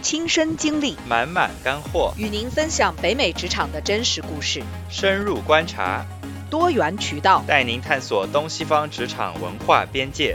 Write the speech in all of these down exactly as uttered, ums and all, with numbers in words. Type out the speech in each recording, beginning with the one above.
亲身经历， 满满干货， 与您分享北美职场的真实故事， 深入观察， 多元渠道， 带您探索东西方职场文化边界。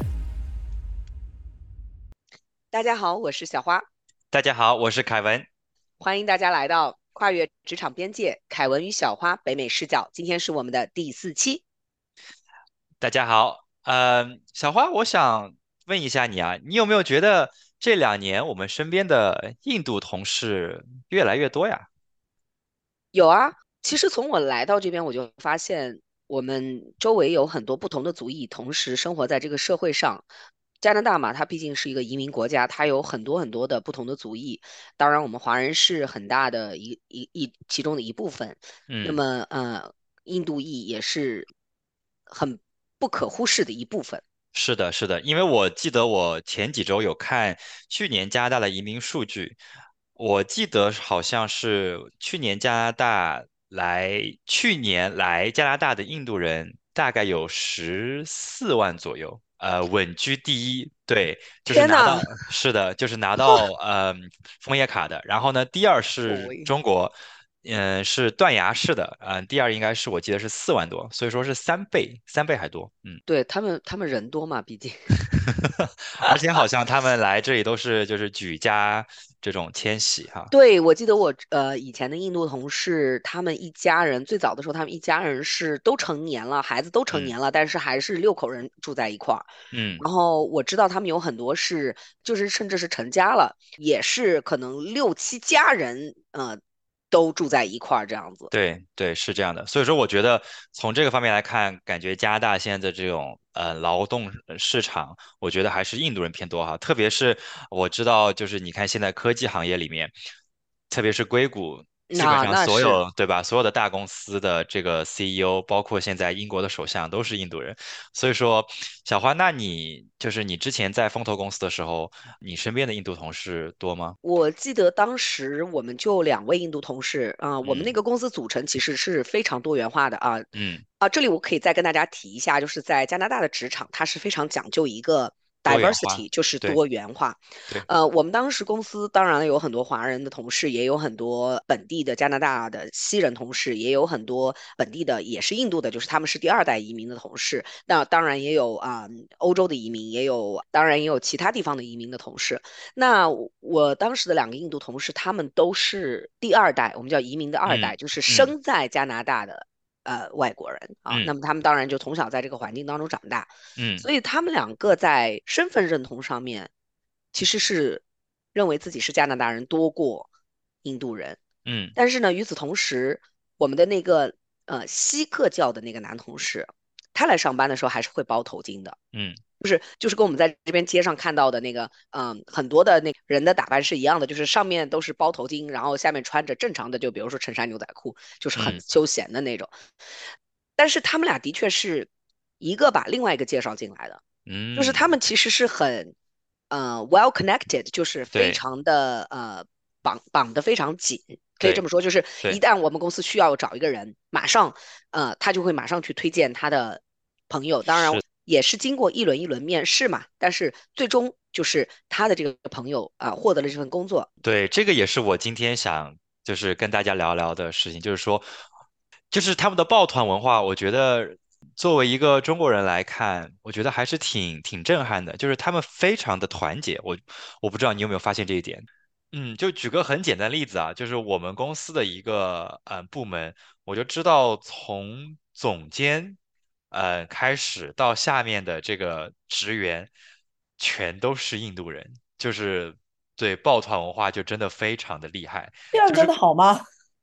大家好，我是小花。 大家好，我是凯文。 欢迎大家来到跨越职场边界，凯文与小花北美视角。今天是我们的第四期。 大家好，呃，小花，我想问一下你啊，你有没有觉得这两年我们身边的印度同事越来越多呀？ 有啊，其实从我来到这边，我就发现我们周围有很多不同的族裔，同时生活在这个社会上。加拿大嘛，它毕竟是一个移民国家，它有很多很多的不同的族裔。当然，我们华人是很大的一一一其中的一部分。那嗯。 么，呃，印度裔也是很不可忽视的一部分。 是的，是的，因为我记得我前几周有看去年加拿大的移民数据，我记得好像是去年加拿大来，去年来加拿大的印度人大概有十四万左右，呃，稳居第一，对，就是天呐， 拿到，是的，就是拿到呃枫叶卡的，然后呢，第二是我中国。嗯，是断崖式的，嗯，第二应该是我记得是四万多，所以说是三倍，三倍还多，嗯。 对他们，他们人多嘛，毕竟。 而且好像他们来这里都是就是举家这种迁徙哈。 对，我记得我呃以前的印度同事，他们一家人最早的时候，他们一家人是都成年了，孩子都成嗯年了，但是还是六口人住在一块儿。 嗯， 然后我知道他们有很多是，就是甚至是成家了，也是可能六七家人，呃，都住在一块儿这样子。 对对，是这样的。所以说，我觉得从这个方面来看，感觉加拿大现在的这种呃劳动市场，我觉得还是印度人偏多哈。特别是我知道，就是你看现在科技行业里面，特别是硅谷，基本那上那是。 所有对吧，所有的大公司的这个 C E O，包括现在英国的首相都是印度人。所以说，小花，那你就是你之前在风投公司的时候，你身边的印度同事多吗？ 我记得当时我们就两位印度同事啊、我们那嗯个公司组成其实是非常多元化的啊嗯， 啊，这里我可以再跟大家提一下，就是在加拿大的职场，它是非常讲究一个多元化， diversity，就是对多元化。 对， 呃，我们当时公司当然有很多华人的同事，也有很多本地的加拿大的西人同事，也有很多本地的也是印度的，就是他们是第二代移民的同事。那当然也有啊、欧洲的移民，也有当然也有其他地方的移民的同事。那我当时的两个印度同事，他们都是第二代，我们叫移民的二嗯代，就是嗯生在加拿大的呃外国人啊。 嗯那么他们当然就从小在这个环境当中长大， 嗯所以他们两个在身份认同上面其实是认为自己是加拿大人多过印度人。 嗯但是呢，与此同时，我们的那个呃锡克教的那个男同事，他来上班的时候还是会包头巾的。 嗯就是就是跟我们在这边街上看到的那个，嗯，很多的那人的打扮是一样的，就是上面都是包头巾，然后下面穿着正常的，就比如说衬衫、牛仔裤，就是很嗯休闲的那种。但是他们俩的确是一个把另外一个介绍进来的，就是他嗯， 们其实是很，呃，well connected，就是非对常的呃绑绑得非常紧，可以这对么说，就是一对， 旦我们公司需要找一个人，马上呃他就会马上去推荐他的朋友，当然是， 也是经过一轮一轮面试嘛，但是最终就是他的这个朋友啊、获得了这份工作。 对，这个也是我今天想就是跟大家聊聊的事情，就是说，就是他们的抱团文化，我觉得作为一个中国人来看，我觉得还是挺挺震撼的，就是他们非常的团结，我我不知道你有没有发现这一点。嗯，就举个很简单的例子啊，就是我们公司的一个呃部门，我就知道从总监呃开始到下面的这个职员，全都是印度人，就是对抱团文化就真的非常的厉害， 这样真就是的好吗？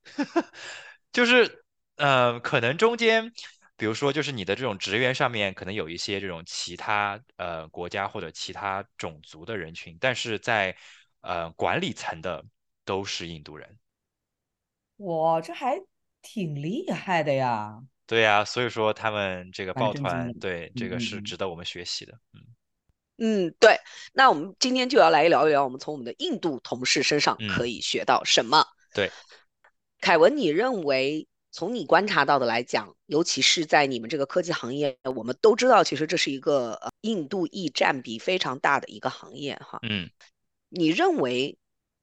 就是呃可能中间。比如说，就是你的这种职员上面可能有一些这种其他呃国家或者其他种族的人群，但是在呃管理层的都是印度人。 哇，这还挺厉害的呀， 对呀，所以说他们这个蛮抱团， 震惊的。 对，这个是嗯嗯嗯， 值得我们学习的。嗯嗯，对。那我们今天就要来聊一聊，我们从我们的印度同事身上嗯， 可以学到什么。 对， 凯文，你认为从你观察到的来讲，尤其是在你们这个科技行业，我们都知道，其实这是一个呃印度裔占比非常大的一个行业哈。 嗯。 你认为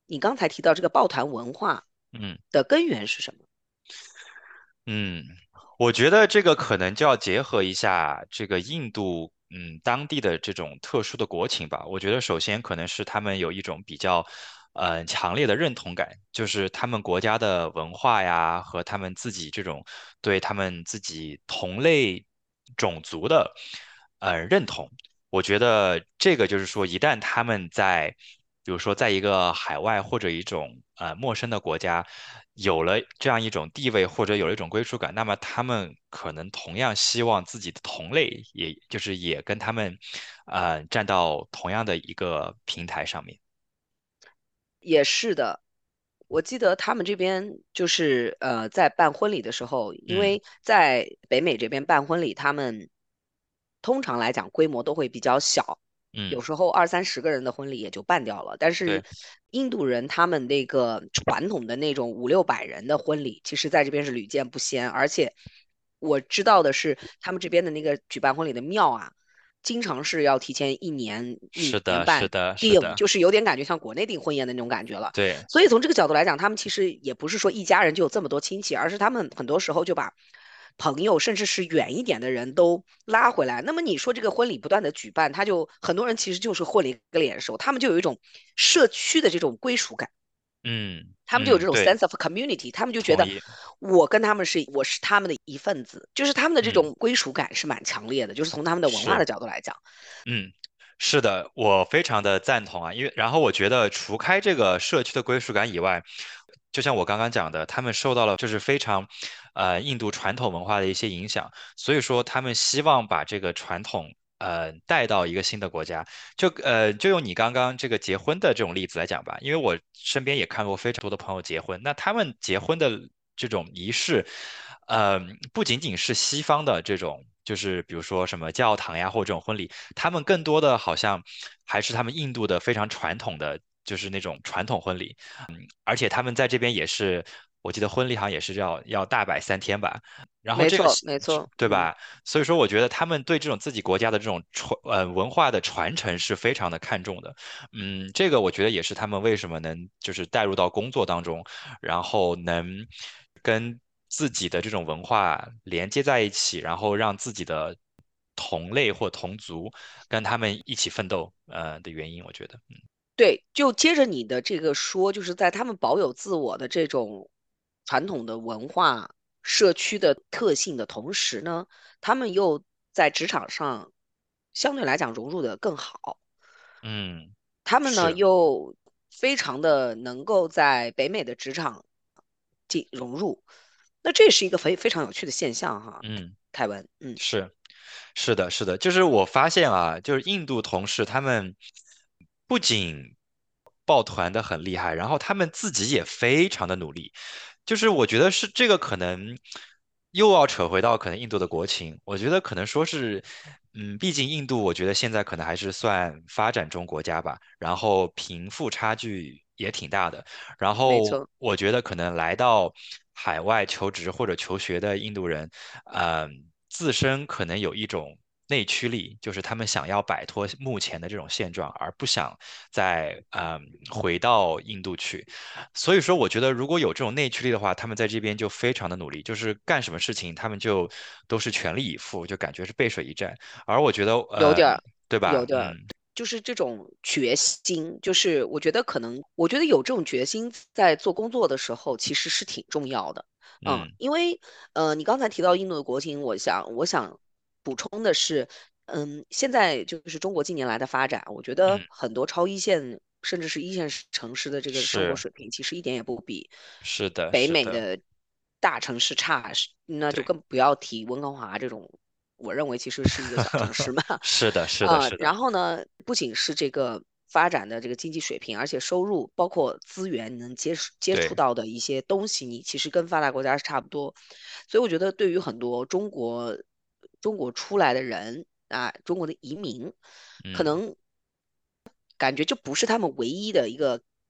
你刚才提到这个抱团文化嗯。 的根源是什么？ 嗯，我觉得这个可能就要结合一下这个印度，嗯，当地的这种特殊的国情吧。我觉得首先可能是他们有一种比较，呃，强烈的认同感，就是他们国家的文化呀，和他们自己这种对他们自己同类种族的，呃，认同。我觉得这个就是说，一旦他们在，比如说在一个海外或者一种呃陌生的国家，有了这样一种地位或者有了一种归属感，那么他们可能同样希望自己的同类，也就是也跟他们，呃，站到同样的一个平台上面。 也是的，我记得他们这边就是呃，在办婚礼的时候，因嗯为在北美这边办婚礼，他们通常来讲规模都会比较小， 嗯， 有时候二三十个人的婚礼也就办掉了。但是对， 印度人他们那个传统的那种五六百人的婚礼，其实在这边是屡见不鲜。而且我知道的是，他们这边的那个举办婚礼的庙啊，经常是要提前一年一是的，是年半的，是订， 的， 就是有点感觉像国内订婚宴的那种感觉了。 对， 所以从这个角度来讲，他们其实也不是说一家人就有这么多亲戚，而是他们很多时候就把朋友甚至是远一点的人都拉回来。那么你说这个婚礼不断的举办，他就很多人其实就是混了一个脸熟，他们就有一种社区的这种归属感。 嗯嗯， 他们就有这种对， sense of community，他们就觉得同意， 我跟他们是我是他们的一份子，就是他们的这嗯， 种归属感是蛮强烈的，就是从他们的文化是。 的角度来讲。 嗯，是的，我非常的赞同啊，因为然后我觉得除开这个社区的归属感以外，就像我刚刚讲的，他们受到了就是非常，呃，印度传统文化的一些影响，所以说他们希望把这个传统呃带到一个新的国家，就呃就用你刚刚这个结婚的这种例子来讲吧，因为我身边也看过非常多的朋友结婚，那他们结婚的这种仪式。呃，不仅仅是西方的这种，就是比如说什么教堂呀，或者这种婚礼，他们更多的好像还是他们印度的非常传统的，就是那种传统婚礼，嗯，而且他们在这边也是，我记得婚礼好像也是要要大摆三天吧，然后这个没错，没错，嗯。 对吧？所以说，我觉得他们对这种自己国家的这种传呃文化的传承是非常的看重的，嗯，这个我觉得也是他们为什么能就是带入到工作当中。然后能跟自己的这种文化连接在一起，然后让自己的同类或同族跟他们一起奋斗，呃的原因，我觉得，嗯对，就接着你的这个说，就是在他们保有自我的这种传统的文化、社区的特性的同时呢，他们又在职场上相对来讲融入的更好。 嗯， 他们呢是， 又非常的能够在北美的职场进融入，那这是一个非非常有趣的现象哈， 嗯。 凯文，嗯。 是是的，是的，就是我发现啊，就是印度同事他们不仅抱团的很厉害，然后他们自己也非常的努力。就是我觉得是这个可能又要扯回到可能印度的国情，我觉得可能说是，嗯，毕竟印度我觉得现在可能还是算发展中国家吧，然后贫富差距也挺大的。然后没错。 我觉得可能来到海外求职或者求学的印度人，嗯、自身可能有一种内驱力，就是他们想要摆脱目前的这种现状，而不想再嗯、回到印度去。所以说，我觉得如果有这种内驱力的话，他们在这边就非常的努力，就是干什么事情他们就都是全力以赴，就感觉是背水一战。而我觉得，呃， 有点儿， 对吧？ 有点儿， 嗯就是这种决心，就是我觉得可能，我觉得有这种决心在做工作的时候，其实是挺重要的。嗯， 嗯因为呃，你刚才提到印度的国情，我想我想补充的是，嗯，现在就是中国近年来的发展，我觉得嗯， 很多超一线甚至是一线城市的这个生活是水平，其实一点也不比是的， 北是的， 美的大城市差，是那就对， 更不要提温哥华这种。我认为其实是一个小城市嘛， 是的，是的， 呃， 是的， 然后呢，不仅是这个发展的这个经济水平，而且收入包括资源你能接触接触对， 到的一些东西，你其实跟发达国家是差不多。所以我觉得对于很多中国中国出来的人啊，中国的移民，可嗯能感觉这不是他们唯一的一个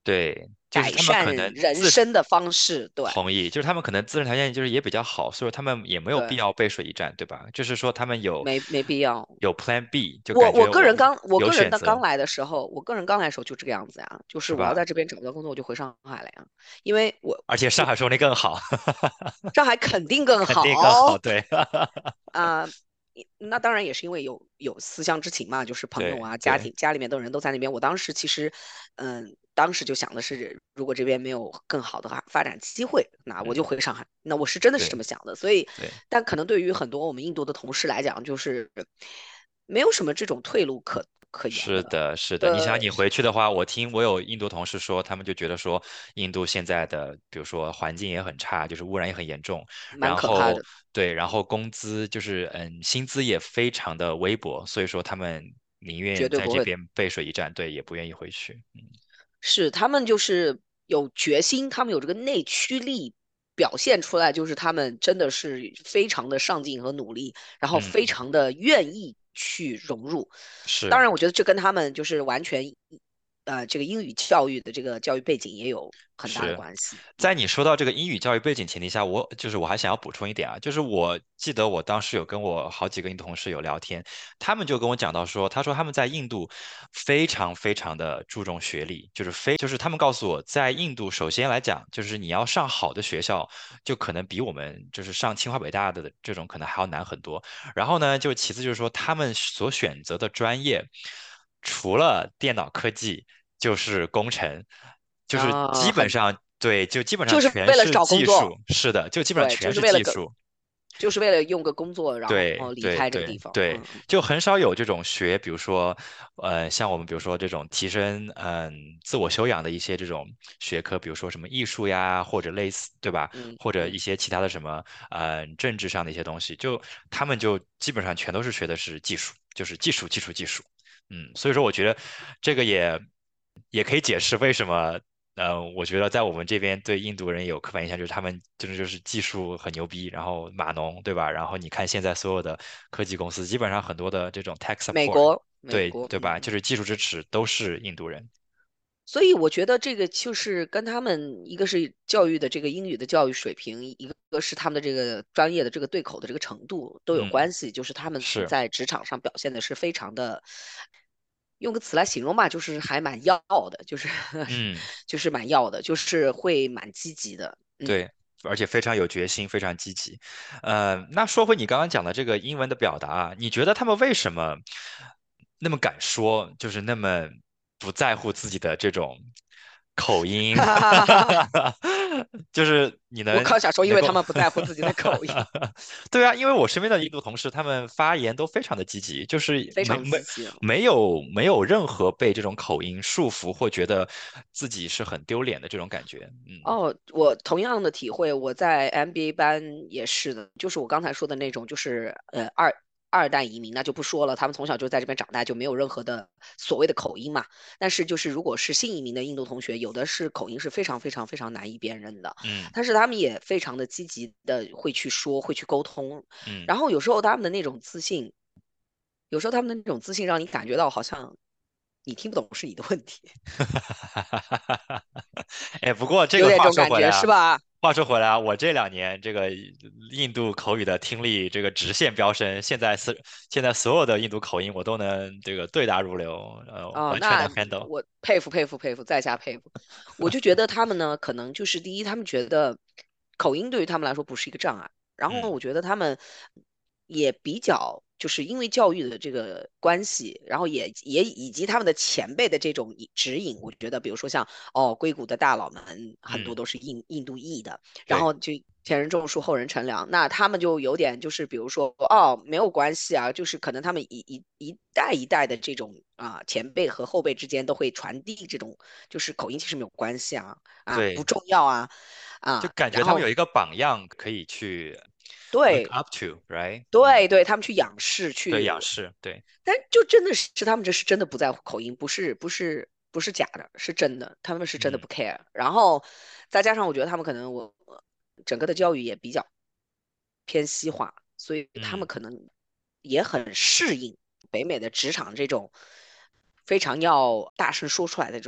对，就是他们改善可能人自生的方式。对同意，就是他们可能自身条件就是也比较好，所以他们也没有必对， 要背水一战，对吧？就是说他们有没没必要。 有 Plan B，就我感觉我我个人刚我个人有选择， 的刚来的时候，我个人刚来的时候就这个样子呀，就是是吧？ 我要在这边找不到工作，我就回上海了呀，因为我而且上海说不定更好， 上海肯定更肯定更好， 好。 对， 啊、那当然也是因为有有思乡之情嘛，就是朋友对啊、家对庭家里面的人都在那边。我当时其实，嗯，当时就想的是，如果这边没有更好的发发展机会，那我就嗯回上海。那我是真的是这对么想的，所以， 对。 但可能对于很多我们印度的同事来讲，就是没有什么这种退路可可言的。 是的，是的。你想， 对， 你回去的话，我听我有印度同事说，他们就觉得说，印度现在的，比如说环境也很差，就是污染也很严重， 蛮然后可怕的， 对，然后工资就是嗯，薪资也非常的微薄，所以说他们宁愿在绝对不会。 这边背水一战，对，也不愿意回去。嗯是他们就是有决心，他们有这个内驱力表现出来，就是他们真的是非常的上进和努力，然后非嗯， 常的愿意去融入。当是。 然，我觉得这跟他们就是完全呃这个英语教育的这个教育背景也有很大的是关系。 在嗯你说到这个英语教育背景前提下，我就是我还想要补充一点啊，就是我记得我当时有跟我好几个印度同事有聊天，他们就跟我讲到说，他说他们在印度非常非常的注重学历，就是非就是他们告诉我，在印度首先来讲，就是你要上好的学校，就可能比我们就是上清华北大的这种可能还要难很多。然后呢，就其次就是说他们所选择的专业，除了电脑科技。就是工程，就是基啊，很本上对，就基本上就是为了全是找工作。 技术，是的，就基本上对，就全是是为了个技术。 就是为了用个工作，然对后离对对开这个地方。 对， 嗯就很少有这种学，比如说，呃，像我们比如说这种提升嗯自我修养的一些这种学科，比如说什么艺术呀，或者类似，对吧？或者一嗯嗯。 些其他的什么呃政治上的一些东西，就他们就基本上全都是学的是技术，就是技术技术技术。嗯，所以说我觉得这个也也可以解释为什么。呃，我觉得在我们这边对印度人有刻板印象，就是他们真的就是技术很牛逼，然后码农，对吧？然后你看现在所有的科技公司，基本上很多的这种 tech 美 support， 国，美国， 对对吧？就嗯。 是技术支持都是印度人。 所以我觉得这个就是跟他们一个是教育的这个英语的教育水平，一个是他们的这个专业的这个对口的这个程度都有嗯， 关系。就是他们是， 在职场上表现的是非常的，用个词来形容吧，就是还蛮要的，就是嗯， 就是蛮要的，就是会蛮积极的。嗯。 对，而且非常有决心，非常积极。呃，那说回你刚刚讲的这个英文的表达啊，你觉得他们为什么那么敢说，就是那么不在乎自己的这种口音？ 哈哈哈哈哈！ 就是你能我刚想说，因能够， 为他们不在乎自己的口音， 对啊，因为我身边的印度同事，他们发言都非常的积极，就是非没没常积极。 没有没有任何被这种口音束缚或觉得自己是很丢脸的这种感觉。嗯哦，我同样的体会，我在 M B A 班也是的，就是我刚才说的那种，就是呃二二代移民，那就不说了，他们从小就在这边长大，就没有任何的所谓的口音嘛。但是就是如果是新移民的印度同学，有的是口音是非常非常非常难以辨认的， 嗯但是他们也非常的积极的会去说，会去沟通， 嗯。 然后有时候他们的那种自信，有时候他们的那种自信让你感觉到好像你听不懂是你的问题， 哎，不过这有个话点这种感觉说回来啊， 是吧？ 话说回来啊，我这两年这个印度口语的听力这个直线飙升，现在是现在所有的印度口音我都能这个对答如流，呃， 哦， 完全能那 handle。 我佩服佩服佩服，在下佩服。我就觉得他们呢，可能就是第一，他们觉得口音对于他们来说不是一个障碍，然后嗯我觉得他们也比较，就是因为教育的这个关系，然后也也以及他们的前辈的这种引指引，我觉得，比如说像哦，硅谷的大佬们很多嗯， 都是印印度裔的，然对后就前人种树，后人乘凉。那他们就有点就是，比如说，哦，没有关系啊，就是可能他们一一一代一代的这种啊、前辈和后辈之间都会传递这种，就是口音其实没有关系啊，啊不对， 重要啊，啊， 就感觉然后他们有一个榜样可以去 look 对 up to，right？嗯， 对对，他们去仰视对， 去， 仰视，对， 但就真的是他们这是真的不在乎口音，不是不是不是假的，是真的，他们是真的嗯不 care。然后再加上我觉得他们可能我整个的教育也比较偏西化，所以他们嗯可能也很适应北美的职场这种非常要大声说出来的这种。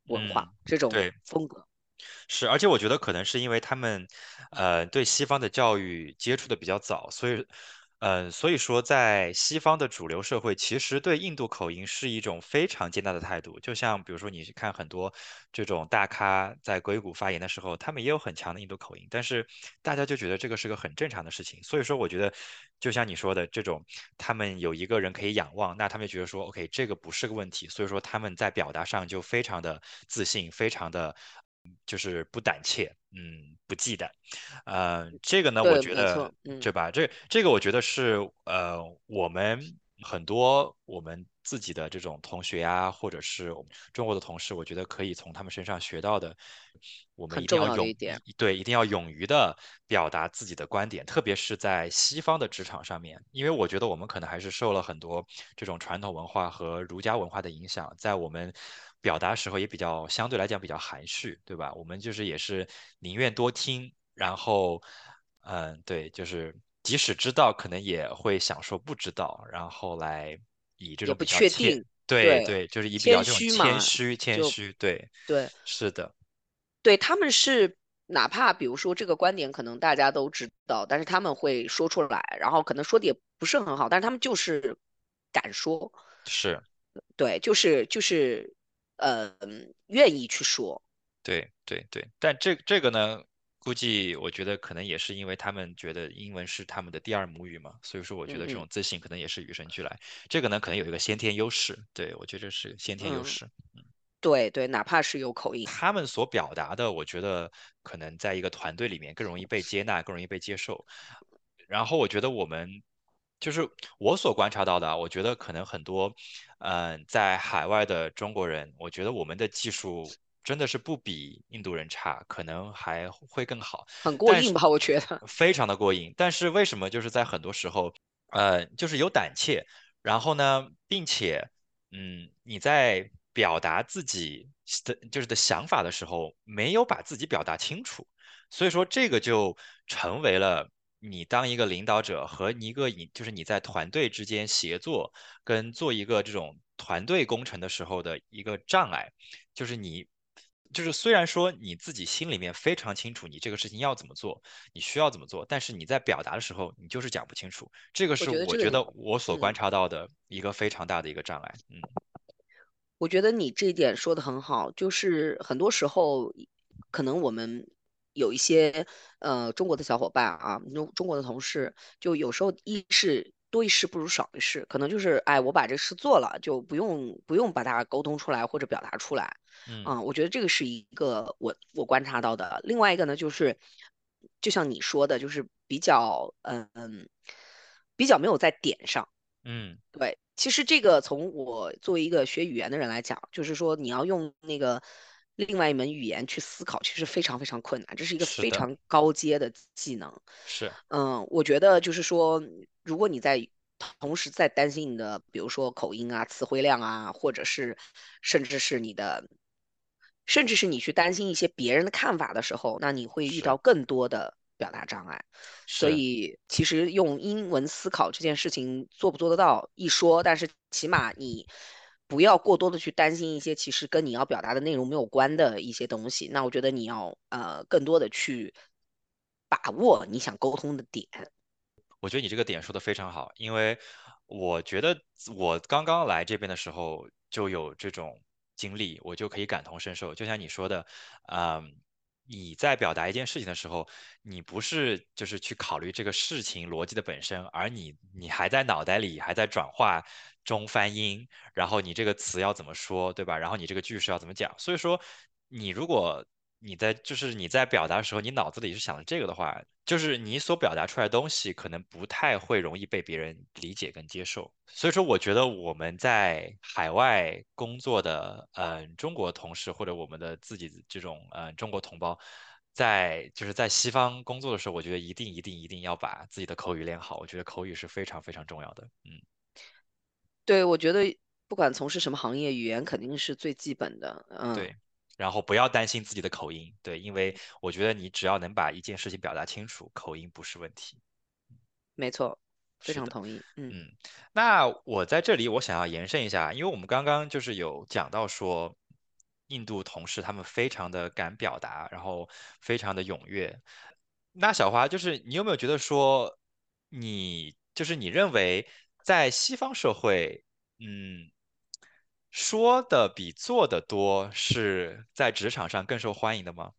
文嗯， 化这种对。 风格。 是，而且我觉得可能是因为他们，呃，对西方的教育接触的比较早，所以，呃，所以说在西方的主流社会，其实对印度口音是一种非常接纳的态度。就像比如说你去看很多这种大咖在硅谷发言的时候，他们也有很强的印度口音，但是大家就觉得这个是个很正常的事情。所以说，我觉得就像你说的这种，他们有一个人可以仰望，那他们就觉得说，OK，这个不是个问题。所以说他们在表达上就非常的自信，非常的。就是不胆怯，嗯，不忌惮，呃，这个呢，我对， 觉得， 没错，嗯， 对吧？这这个我觉得是呃，我们很多我们自己的这种同学呀，或者是我们中国的同事，我觉得可以从他们身上学到的。我们很重一定要勇， 要的一点。 一对，一定要勇于的表达自己的观点，特别是在西方的职场上面，因为我觉得我们可能还是受了很多这种传统文化和儒家文化的影响，在我们表达时候也比较相对来讲比较含蓄，对吧？我们就是也是宁愿多听，然后，嗯，对，就是即使知道，可能也会想说不知道，然后来以这种比也不较谦， 确定，对， 对对，就是以比较谦这种虚嘛， 谦虚谦就虚，对， 对是的， 对，他们是哪怕比如说这个观点可能大家都知道，但是他们会说出来，然后可能说的也不是很好，但是他们就是敢说， 是。 对，就是就是呃愿意去说， 对对对，但这这个呢，估计我觉得可能也是因为他们觉得英文是他们的第二母语嘛，所以说我觉得这嗯嗯种自信可能也是与生俱来。这个呢，可能有一个先天优势，对，我觉得这是先天优嗯， 势。 对对，哪怕是有口音， 他们所表达的，我觉得可能在一个团队里面更容易被接纳，更容易被接受。然后我觉得我们就是我所观察到的啊，我觉得可能很多，嗯、在海外的中国人，我觉得我们的技术真的是不比印度人差，可能还会更好， 很过但是硬吧？我觉得非常的过硬。但是为什么就是在很多时候，呃，就是有胆怯，然后呢，并且。嗯，你在表达自己的就是的想法的时候，没有把自己表达清楚，所以说这个就成为了你当一个领导者和你一个你就是你在团队之间协作跟做一个这种团队工程的时候的一个障碍，就是你。就是虽然说你自己心里面非常清楚你这个事情要怎么做，你需要怎么做，但是你在表达的时候你就是讲不清楚，这个我是觉得这个你， 我觉得我所观嗯。 察到的一个非常大的一个障碍。嗯。 我觉得你这一点说的很好，就是很多时候，可能我们有一些呃中国的小伙伴啊，中中国的同事，就有时候一事多一事不如少一事，可能就是哎，我把这事做了，就不用不用把它沟通出来或者表达出来， 嗯嗯，我觉得这个是一个我我观察到的。另外一个呢，就是就像你说的，就是比较嗯比较没有在点上。 嗯， 对，其实这个从我作为一个学语言的人来讲，就是说你要用那个另外一门语言去思考，其实非常非常困难，这是一个是的， 非常高阶的技能。 是嗯，我觉得就是说，如果你在同时在担心你的，比如说口音啊、词汇量啊，或者是甚至是你的，甚至是你去担心一些别人的看法的时候，那你会遇是到更多的表达障碍。所是， 以其实用英文思考这件事情做不做得到一说，但是起码你不要过多的去担心一些其实跟你要表达的内容没有关的一些东西。那我觉得你要呃更多的去把握你想沟通的点。 我觉得你这个点说的非常好，因为我觉得我刚刚来这边的时候就有这种经历，我就可以感同身受。就像你说的，嗯，你在表达一件事情的时候，你不是就是去考虑这个事情逻辑的本身，而你你还在脑袋里还在转化中翻英，然后你这个词要怎么说，对吧？然后你这个句式要怎么讲？所以说，你如果你在就是你在表达的时候，你脑子里是想着这个的话，就是你所表达出来的东西可能不太会容易被别人理解跟接受。所以说，我觉得我们在海外工作的，嗯、中国同事或者我们的自己这种，嗯、中国同胞，在就是在西方工作的时候，我觉得一定一定一定要把自己的口语练好。我觉得口语是非常非常重要的。嗯， 对，我觉得不管从事什么行业，语言肯定是最基本的。嗯， 对。然后不要担心自己的口音，对，因为我觉得你只要能把一件事情表达清楚，口音不是问题。 没错，非是的。 常同意。嗯嗯，那我在这里我想要延伸一下，因为我们刚刚就是有讲到说， 印度同事他们非常的敢表达，然后非常的踊跃。那小花，就是你有没有觉得说，你就是你认为在西方社会，嗯，说的比做的多，是在职场上更受欢迎的吗？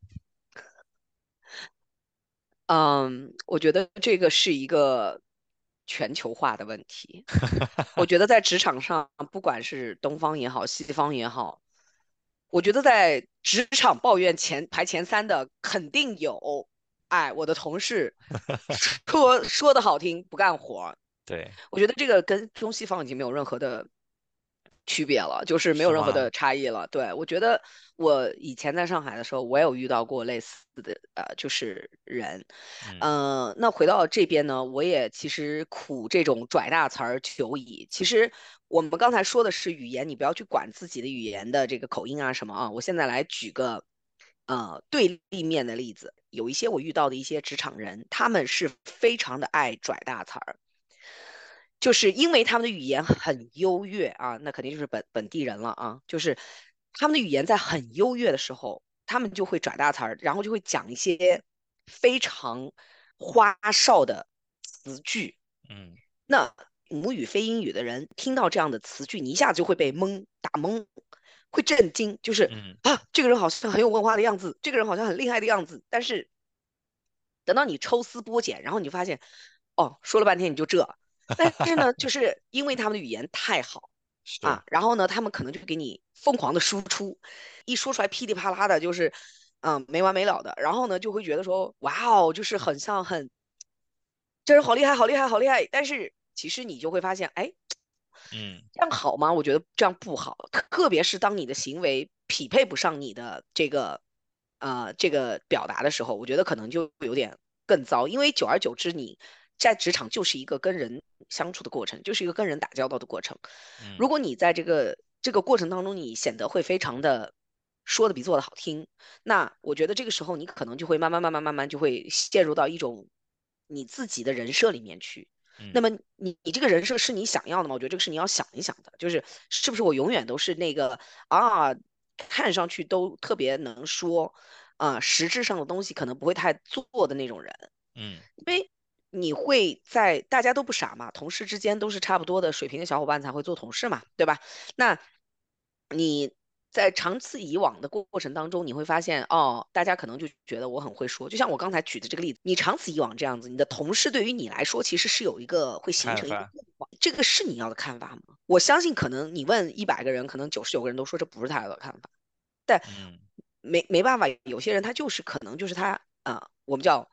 嗯，我觉得这个是一个全球化的问题。我觉得在职场上，不管是东方也好，西方也好，我觉得在职场抱怨前排前三的肯定有。哎，我的同事说说的好听，不干活。 对， 我觉得这个跟中西方已经没有任何的区别了，就是没有是吗？ 任何的差异了。对，我觉得我以前在上海的时候，我也有遇到过类似的呃，就是人。 嗯呃，那回到这边呢，我也其实苦这种拽大词儿久矣。其实我们刚才说的是语言，你不要去管自己的语言的这个口音啊什么啊。我现在来举个呃对立面的例子，有一些我遇到的一些职场人，他们是非常的爱拽大词儿。就是因为他们的语言很优越啊，那肯定就是本本地人了啊。就是他们的语言在很优越的时候，他们就会转大词儿，然后就会讲一些非常花哨的词句。 嗯那母语非英语的人听到这样的词句，你一下子就会被懵打懵，会震惊，就是嗯啊，这个人好像很有文化的样子，这个人好像很厉害的样子，但是等到你抽丝剥茧，然后你就发现，哦，说了半天你就这。但是呢，就是因为他们的语言太好是， 啊，然后呢，他们可能就给你疯狂的输出，一说出来噼里啪啦的，就是嗯没完没了的，然后呢就会觉得说，哇哦，就是很像很，这人好厉害，好厉害，好厉害。但是其实你就会发现，哎， 嗯这样好吗？我觉得这样不好，特别是当你的行为匹配不上你的这个呃这个表达的时候，我觉得可能就有点更糟，因为久而久之，你在职场就是一个跟人相处的过程，就是一个跟人打交道的过程。 嗯如果你在这个这个过程当中，你显得会非常的说的比做的好听，那我觉得这个时候你可能就会慢慢慢慢慢慢就会陷入到一种你自己的人设里面去。那嗯么你你这个人设是你想要的吗？我觉得这个是你要想一想的，就是是不是我永远都是那个啊，看上去都特别能说啊，实质上的东西可能不会太做的那种人。 嗯因为你会在大家都不傻嘛，同事之间都是差不多的水平的小伙伴才会做同事嘛，对吧？那你在长此以往的过过程当中，你会发现哦，大家可能就觉得我很会说，就像我刚才举的这个例子，你长此以往这样子，你的同事对于你来说其实是有一个会形成一个看法， 变化，这个是你要的看法吗？我相信可能你问一百个人，可能九十九个人都说这不是他要的看法，但嗯没没办法，有些人他就是可能就是他啊、呃我们叫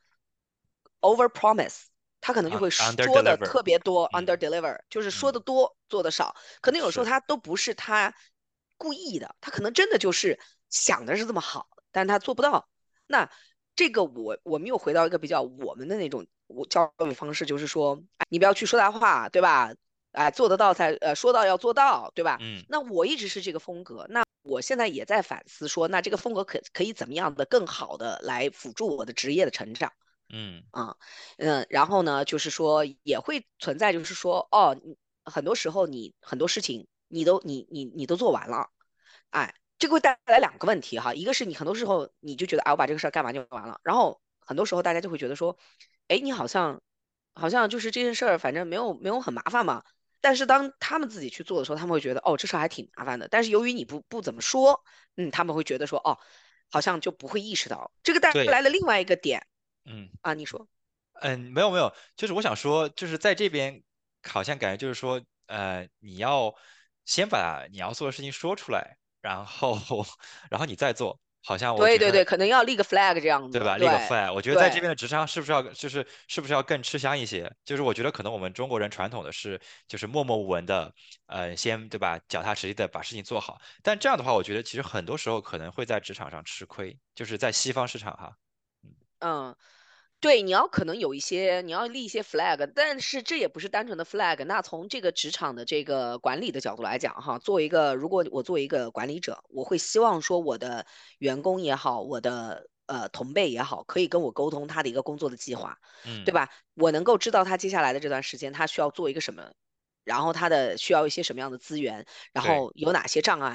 over promise，他可能就啊会 ，under 说的 deliver， 特别多，under 嗯 deliver，就是说嗯的多做的少。可能有时候是， 他都不是他故意的，他可能真的就是想的是这么好，但是他做不到。那这个我我们又回到一个比较我们的那种我教育方式，就是说，哎，你不要去说大话，对吧？哎，做得到才呃说到要做到，对吧？ 嗯那我一直是这个风格，那我现在也在反思说，那这个风格可可以怎么样的更好的来辅助我的职业的成长。 嗯啊，嗯，然后呢，就是说也会存在，就是说，哦，你很多时候你很多事情你都你你你都做完了，哎，这个会带来两个问题哈，一个是你很多时候你就觉得，哎，我把这个事儿干完就完了，然后很多时候大家就会觉得说，哎，你好像好像就是这件事儿，反正没有没有很麻烦嘛。但是当他们自己去做的时候，他们会觉得，哦，这事儿还挺麻烦的。但是由于你不不怎么说，嗯，他们会觉得说，哦，好像就不会意识到这个带对， 来了另外一个点嗯。 啊，你说。 嗯，没有没有，就是我想说，就是在这边好像感觉就是说，呃，你要先把你要做的事情说出来，然后然后你再做，好像我对对对， 觉得可能要立个 flag 这样子， 对吧？立个对 flag，我觉得在这对， 边的职场是不是要就是是不是要更吃香一些？就是我觉得可能我们中国人传统的是就是默默无闻的，呃，先对吧，脚踏实地的把事情做好。但这样的话，我觉得其实很多时候可能会在职场上吃亏，就是在西方市场哈。嗯嗯，对，你要可能有一些，你要立一些 flag，但是这也不是单纯的 flag。那从这个职场的这个管理的角度来讲，哈，作为一个，如果我作为一个管理者，我会希望说我的员工也好，我的呃同辈也好，可以跟我沟通他的一个工作的计划，对嗯， 吧？我能够知道他接下来的这段时间他需要做一个什么，然后他的需要一些什么样的资源，然对， 后有哪些障碍。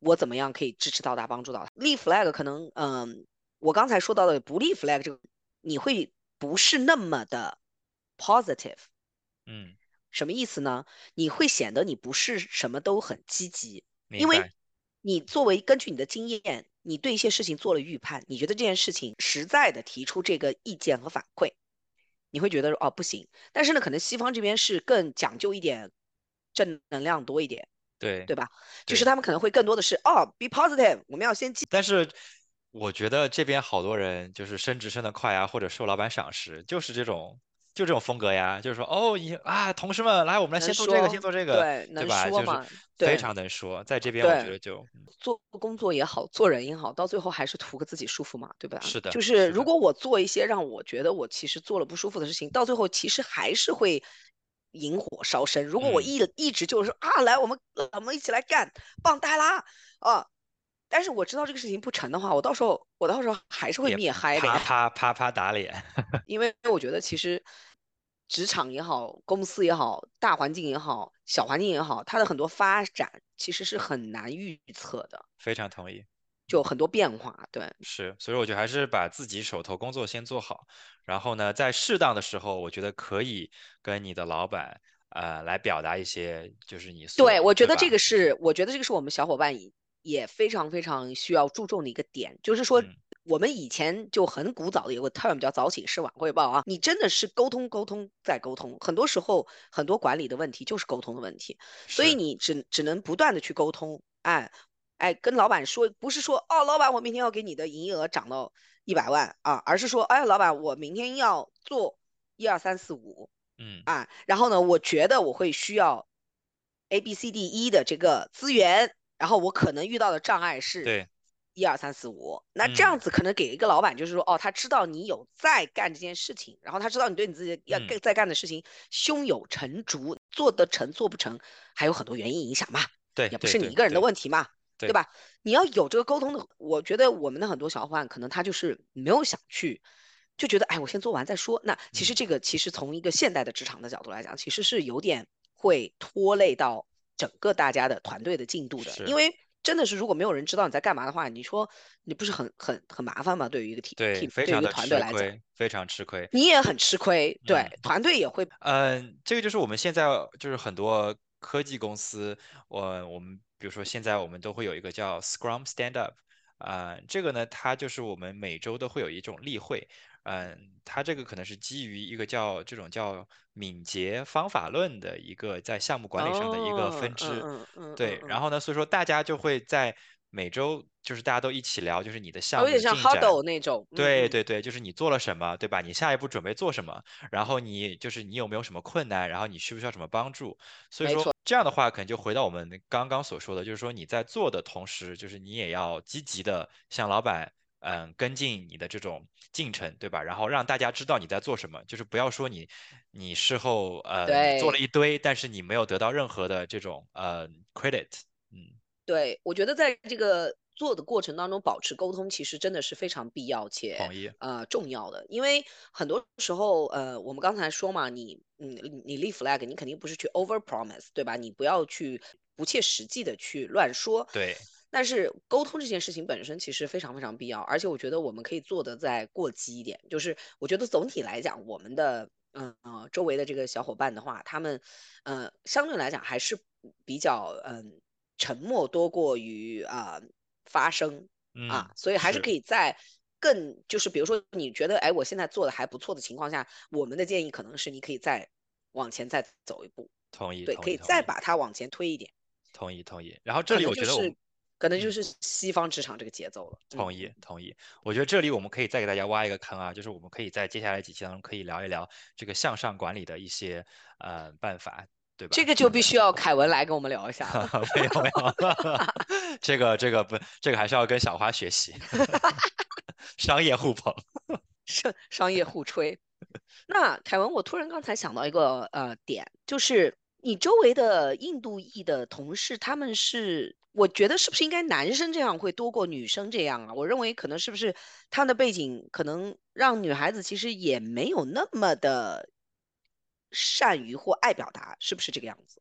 我怎么样可以支持到他，帮助到他。立 flag 可能，嗯，我刚才说到的不立 flag 这个，你会不是那么的 positive。 嗯， 什么意思呢？你会显得你不是什么都很积极，因为明白。 你作为根据你的经验，你对一些事情做了预判，你觉得这件事情实在的提出这个意见和反馈，你会觉得哦不行。但是呢，可能西方这边是更讲究一点，正能量多一点， 对对吧？就是对。 他们可能会更多的是哦，be positive，我们要先记。 但是我觉得这边好多人就是升职升得快啊，或者受老板赏识，就是这种就这种风格呀，就是说哦，你啊，同事们来，我们来能先做这个，先说， 做这个， 对，能对吧？就是说嘛，对非常能说，在这边我觉对， 得就做工作也好，做人也好，到最后还是图个自己舒服嘛，对吧？ 是的， 就是是的。 如果我做一些让我觉得我其实做了不舒服的事情，到最后其实还是会引火烧身。如果我嗯， 一一直就是说啊，来，我们我们一起来干，棒呆啦啊！但是我知道这个事情不成的话，我到时候我到时候还是会也灭嗨的啪呀。 啪啪啪打脸。 因为我觉得其实职场也好，公司也好，大环境也好，小环境也好，它的很多发展其实是很难预测的， 非常同意。 就很多变化。对， 是，所以我觉得还是把自己手头工作先做好，然后呢，在适当的时候，我觉得可以跟你的老板呃来表达一些，就是你对， 所， 我觉得这对吧？ 个是，我觉得这个是我们小伙伴也也非常非常需要注重的一个点，就是说。 嗯， 我们以前就很古早的有个 term 叫早请示晚汇报啊，你真的是沟通沟通再沟通，很多时候很多管理的问题就是沟通的问题，所以是， 你只只能不断的去沟通，哎哎，跟老板说，不是说哦，老板我明天要给你的营业额涨到一百万啊，而是说，哎，老板我明天要做一二三四五嗯， 啊，然后呢，我觉得我会需要 A B C D E 的这个资源，然后我可能遇到的障碍是对， 一二三四五，那这嗯样子可能给一个老板就是说，哦，他知道你有在干这件事情，然后他知道你对你自己要嗯， 在干的事情胸有成竹，做得成做不成，还有很多原因影响嘛， 对也不对是你一个人的对对问题嘛，对对， 吧？你要有这个沟通的，我觉得我们的很多小伙伴可能他就是没有想去。就觉得，哎，我先做完再说。那其实嗯， 这个，其实从一个现代的职场的角度来讲，其实是有点会拖累到整个大家的团队的进度的。 是， 因为真的是，如果没有人知道你在干嘛的话，你说你不是很很很麻烦吗？对于一个 team 对， team，对于一个非常的团队来讲， 吃亏，非常吃亏。 你也很吃亏， 嗯。 对，团队也会。 嗯，这个就是我们现在就是很多科技公司，我我们比如说现在我们都会有一个叫 Scrum Stand Up，啊、这个呢，它就是我们每周都会有一种例会，嗯、它这个可能是基于一个叫这种叫敏捷方法论的一个在项目管理上的一个哦， 分支， 嗯嗯嗯嗯对，然嗯， 后呢，所以说大家就会在每周就是大家都一起聊，就是你的项目的有点像进展。 huddle 那种，嗯嗯， 对对对，就是你做了什么，对吧？你下一步准备做什么？然后你就是你有没有什么困难，然后你需不需要什么帮助？所以说没错， 这样的话，可能就回到我们刚刚所说的，就是说你在做的同时，就是你也要积极的向老板嗯跟进你的这种进程，对吧？然后让大家知道你在做什么，就是不要说你你事后呃你做了对。 一堆，但是你没有得到任何的这种呃 credit。嗯， 对，我觉得在这个做的过程当中，保持沟通其实真的是非常必要且同意。 呃重要的，因为很多时候，呃，我们刚才说嘛，你你你立 flag，你肯定不是去 over promise，对吧？你不要去不切实际的去乱说。 对但是沟通这件事情本身其实非常非常必要，而且我觉得我们可以做的再过激一点，就是我觉得总体来讲，我们的嗯呃周围的这个小伙伴的话，他们呃相对来讲还是比较嗯。沉默多过于啊、呃发声啊， 嗯， 所以还是是可以在更就是比如说你觉得哎我现在做的还不错的情况下，我们的建议可能是你可以再往前再走一步， 同意对，可以同意同意再把它往前推一点， 同意同意。然后这可里能就是我觉得我们。 可能就嗯。 是西方职场这个节奏了，嗯同意，同意。我觉得这里我们可以再给大家挖一个坑啊，就是我们可以在接下来几期当中可以聊一聊这个向上管理的一些呃办法，对吧？ 这个就必须要凯文来跟我们聊一下了， 没有没有，这个这个不，这个还是要跟小花学习，商业互捧。 商商业互吹。那凯文，我突然刚才想到一个呃点，就是你周围的印度裔的同事，他们是，我觉得是不是应该男生这样会多过女生这样啊？我认为可能是不是他们的背景可能让女孩子其实也没有那么的善于或爱表达，是不是这个样子？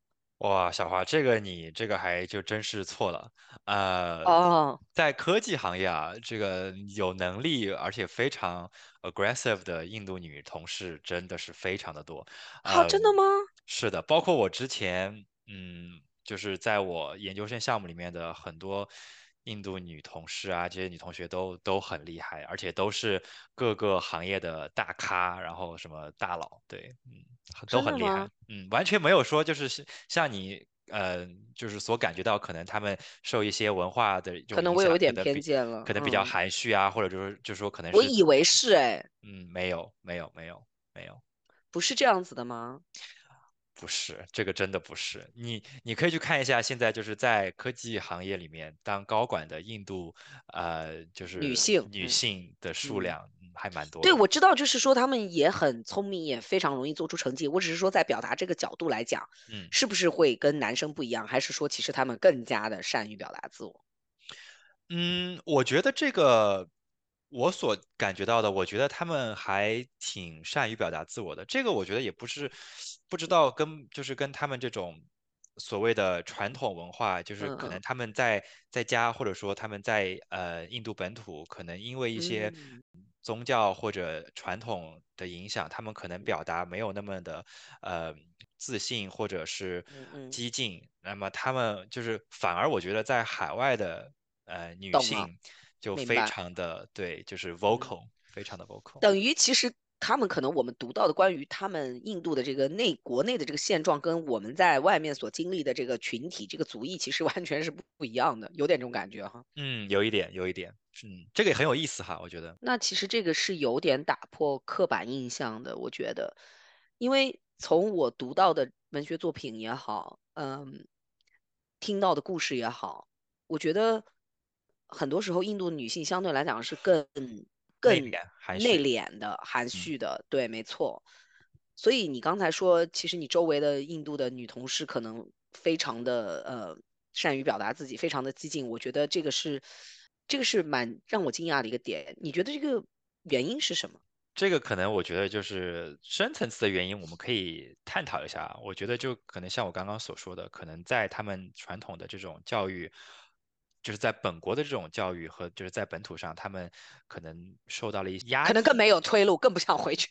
哇，小华，这个你这个还就真是错了。呃， 哦， 在科技行业啊，这个有能力而且非常 aggressive 的印度女同事真的是非常的多。 好， 呃， 真的吗？ 是的，包括我之前，嗯，就是在我研究生项目里面的很多印度女同事啊，这些女同学都都很厉害，而且都是各个行业的大咖，然后什么大佬，对，嗯。都很厉害， 真的吗？ 嗯，完全没有说就是像像你，呃，就是所感觉到可能他们受一些文化的这可种影响， 能我有一点可能比偏见了， 可能比较嗯， 含蓄啊，或者就是就是说可能是， 我以为是，哎， 嗯，没有没有没有没有。 不是这样子的吗？ 不是，这个真的不是。你你可以去看一下，现在就是在科技行业里面当高管的印度，呃，就是女性， 女嗯性的数嗯。 量，嗯还蛮多对， 的。 我知道，就是说他们也很聪明，也非常容易做出成绩。我只是说，在表达这个角度来讲， 嗯。 是不是会跟男生不一样，还是说其实他们更加的善于表达自我？ 嗯，我觉得这个我所感觉到的，我觉得他们还挺善于表达自我的。这个我觉得也不是不知道跟就是跟他们这种所谓的传统文化，就是嗯嗯可能他们在在家或者说他们在呃印度本土，可能因为一些嗯宗教或者传统的影响，他们可能表达没有那么的呃自信或者是嗯嗯， 激进。那么他们就是反而我觉得在海外的。呃，女懂了， 性就非明白。 常的对，就是嗯， vocal，非常的 vocal。 等于其实他们可能我们读到的关于他们印度的这个内国内的这个现状，跟我们在外面所经历的这个群体这个族裔，其实完全是不不一样的，有点这种感觉哈。 嗯，有一点，有一点，嗯，这个也很有意思哈，我觉得。 那其实这个是有点打破刻板印象的，我觉得，因为从我读到的文学作品也好，嗯，听到的故事也好，我觉得很多时候印度女性相对来讲是更更内敛含内蓄。 敛的、含嗯。 蓄的，对，没错。所以你刚才说，其实你周围的印度的女同事可能非常的呃善于表达自己，非常的激进，我觉得这个是这个是蛮让我惊讶的一个点。你觉得这个原因是什么？ 这个可能我觉得就是深层次的原因，我们可以探讨一下啊。我觉得就可能像我刚刚所说的，可能在他们传统的这种教育，就是在本国的这种教育和就是在本土上，他们可能受到了一些压可能更抑。 没有退路，更不想回去。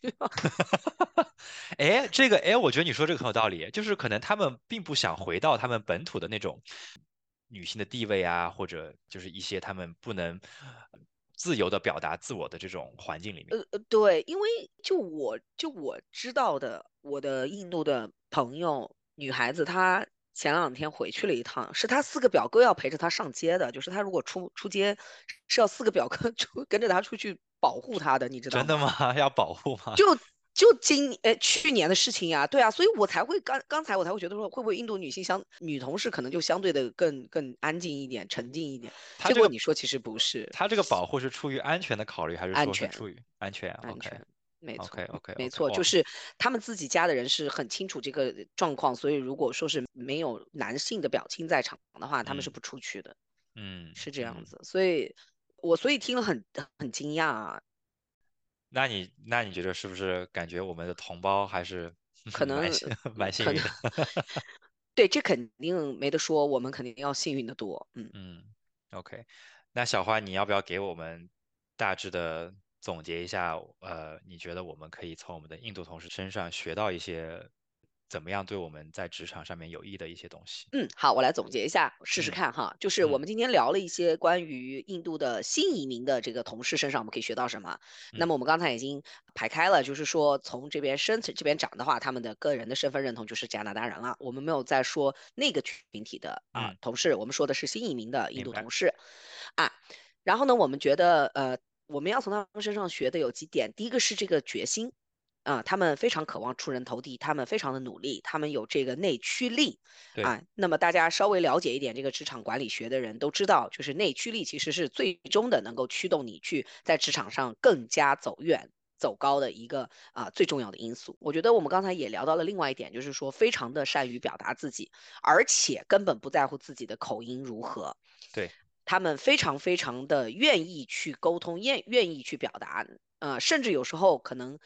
哎，这个哎，我觉得你说这个很有道理，就是可能他们并不想回到他们本土的那种女性的地位啊，或者就是一些他们不能自由的表达自我的这种环境里面。 呃呃，对，因为就我就我知道的，我的印度的朋友女孩子，她前两天回去了一趟，是她四个表哥要陪着她上街的，就是她如果出出街，是要四个表哥出跟着她出去保护她的，你知道吗？ 真的吗？要保护吗？ 就就今呃去年的事情呀，对啊，所以我才会刚刚才我才会觉得说，会不会印度女性相女同事可能就相对的更更安静一点、沉静一点？结果他这个你说其实不是， 他这个保护是出于安全的考虑，还是说是安全。 出于安全啊？OK 安全，没 OK 错， OK 没 OK， 错，就哇， 是他们自己家的人是很清楚这个状况，所以如果说是没有男性的表亲在场的话，他们是嗯不出去的， 嗯是这样嗯， 子。所以我所以听了很很惊讶啊， 那你那你觉得是不是感觉我们的同胞还是可能蛮幸蛮嗯可能幸运的？ 对，这肯定没得说，我们肯定要幸运的多，嗯。 嗯，OK，那小花，你要不要给我们大致的总结一下？呃，你觉得我们可以从我们的印度同事身上学到一些怎么样对我们在职场上面有益的一些东西？ 嗯，好，我来总结一下，试试嗯看哈。就是我嗯们今天聊了一些关于印度的新移民的这个同事身上，我们可以学到什么。那嗯么我们刚才已经排开了，就是说从这边深这边讲的话，他们的个人的身份认同就是加拿大人了。我们没有再说那个群体的啊、 嗯， 同事，我们说的是新移民的印明白。 度同事啊。然后呢，我们觉得呃，我们要从他们身上学的有几点，第一个是这个决心。啊，他们非常渴望出人头地，他们非常的努力，他们有这个内驱力， 对。 啊，那么大家稍微了解一点这个职场管理学的人都知道，就是内驱力其实是最终的能够驱动你去在职场上更加走远。走高的一个啊、最重要的因素，我觉得我们刚才也聊到了另外一点，就是说非常的善于表达自己，而且根本不在乎自己的口音如何， 对。 他们非常非常的愿意去沟通，愿愿意去表达，呃，甚至有时候可能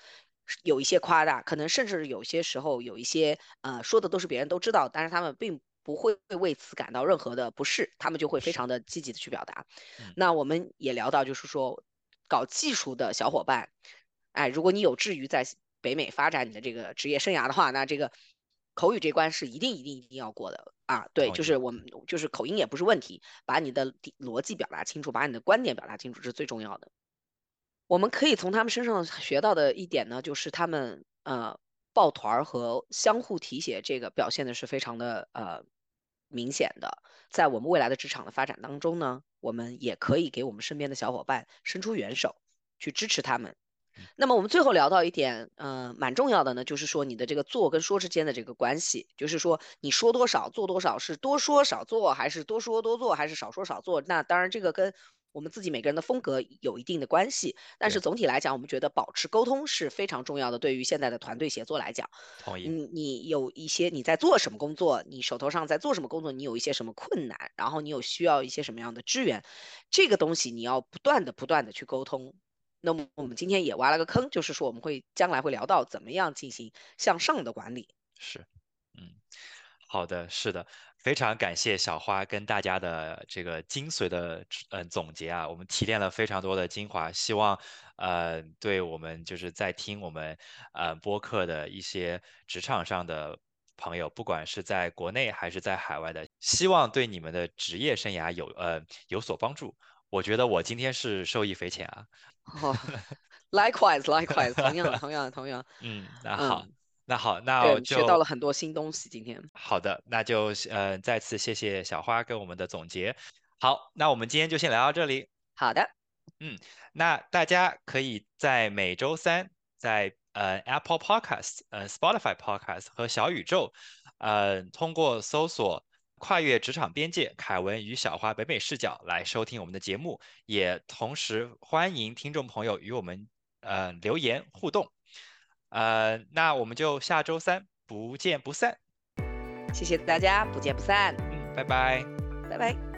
有一些夸大，可能甚至有些时候有一些呃说的都是别人都知道，但是他们并不会为此感到任何的不适，他们就会非是， 常的积极的去表达。 嗯， 那我们也聊到，就是说搞技术的小伙伴，哎，如果你有志于在北美发展你的这个职业生涯的话，那这个口语这关是一定一定一定要过的啊。对， 同意。 就是我们就是口音也不是问题，把你的逻辑表达清楚，把你的观点表达清楚是最重要的。我们可以从他们身上学到的一点呢，就是他们呃抱团和相互提携这个表现的是非常的呃明显的。在我们未来的职场的发展当中呢，我们也可以给我们身边的小伙伴伸出援手，去支持他们。 嗯， 那么我们最后聊到一点，呃，蛮重要的呢，就是说你的这个做跟说之间的这个关系，就是说你说多少做多少，是多说少做，还是多说多做，还是少说少做？那当然这个跟我们自己每个人的风格有一定的关系，但是对， 总体来讲，我们觉得保持沟通是非常重要的，对于现在的团队协作来讲。 同意。 你你有一些你在做什么工作，你手头上在做什么工作，你有一些什么困难，然后你有需要一些什么样的支援，这个东西你要不断的不断的去沟通。那么我们今天也挖了个坑，就是说我们会将来会聊到怎么样进行向上的管理。 是，嗯，好的，是的，非常感谢小花跟大家的这个精髓的嗯、呃总结啊，我们提炼了非常多的精华，希望呃对我们就是在听我们呃播客的一些职场上的朋友，不管是在国内还是在海外的，希望对你们的职业生涯有呃有所帮助。我觉得我今天是受益匪浅啊。 哦，likewise likewise，同样同样同样， 嗯，那好， 嗯， 那好，那对，学到我就了很多新东西今天。 好的，那就呃再次谢谢小花跟我们的总结。好，那我们今天就先聊到这里。 好的， 嗯，那大家可以在每周三在呃 Apple Podcast、呃 Spotify Podcast 和小宇宙，呃通过搜索“跨越职场边界”凯文与小花北美视角来收听我们的节目，也同时欢迎听众朋友与我们呃留言互动。呃，那我们就下周三不见不散。 谢谢大家，不见不散， 嗯，拜拜。 拜拜。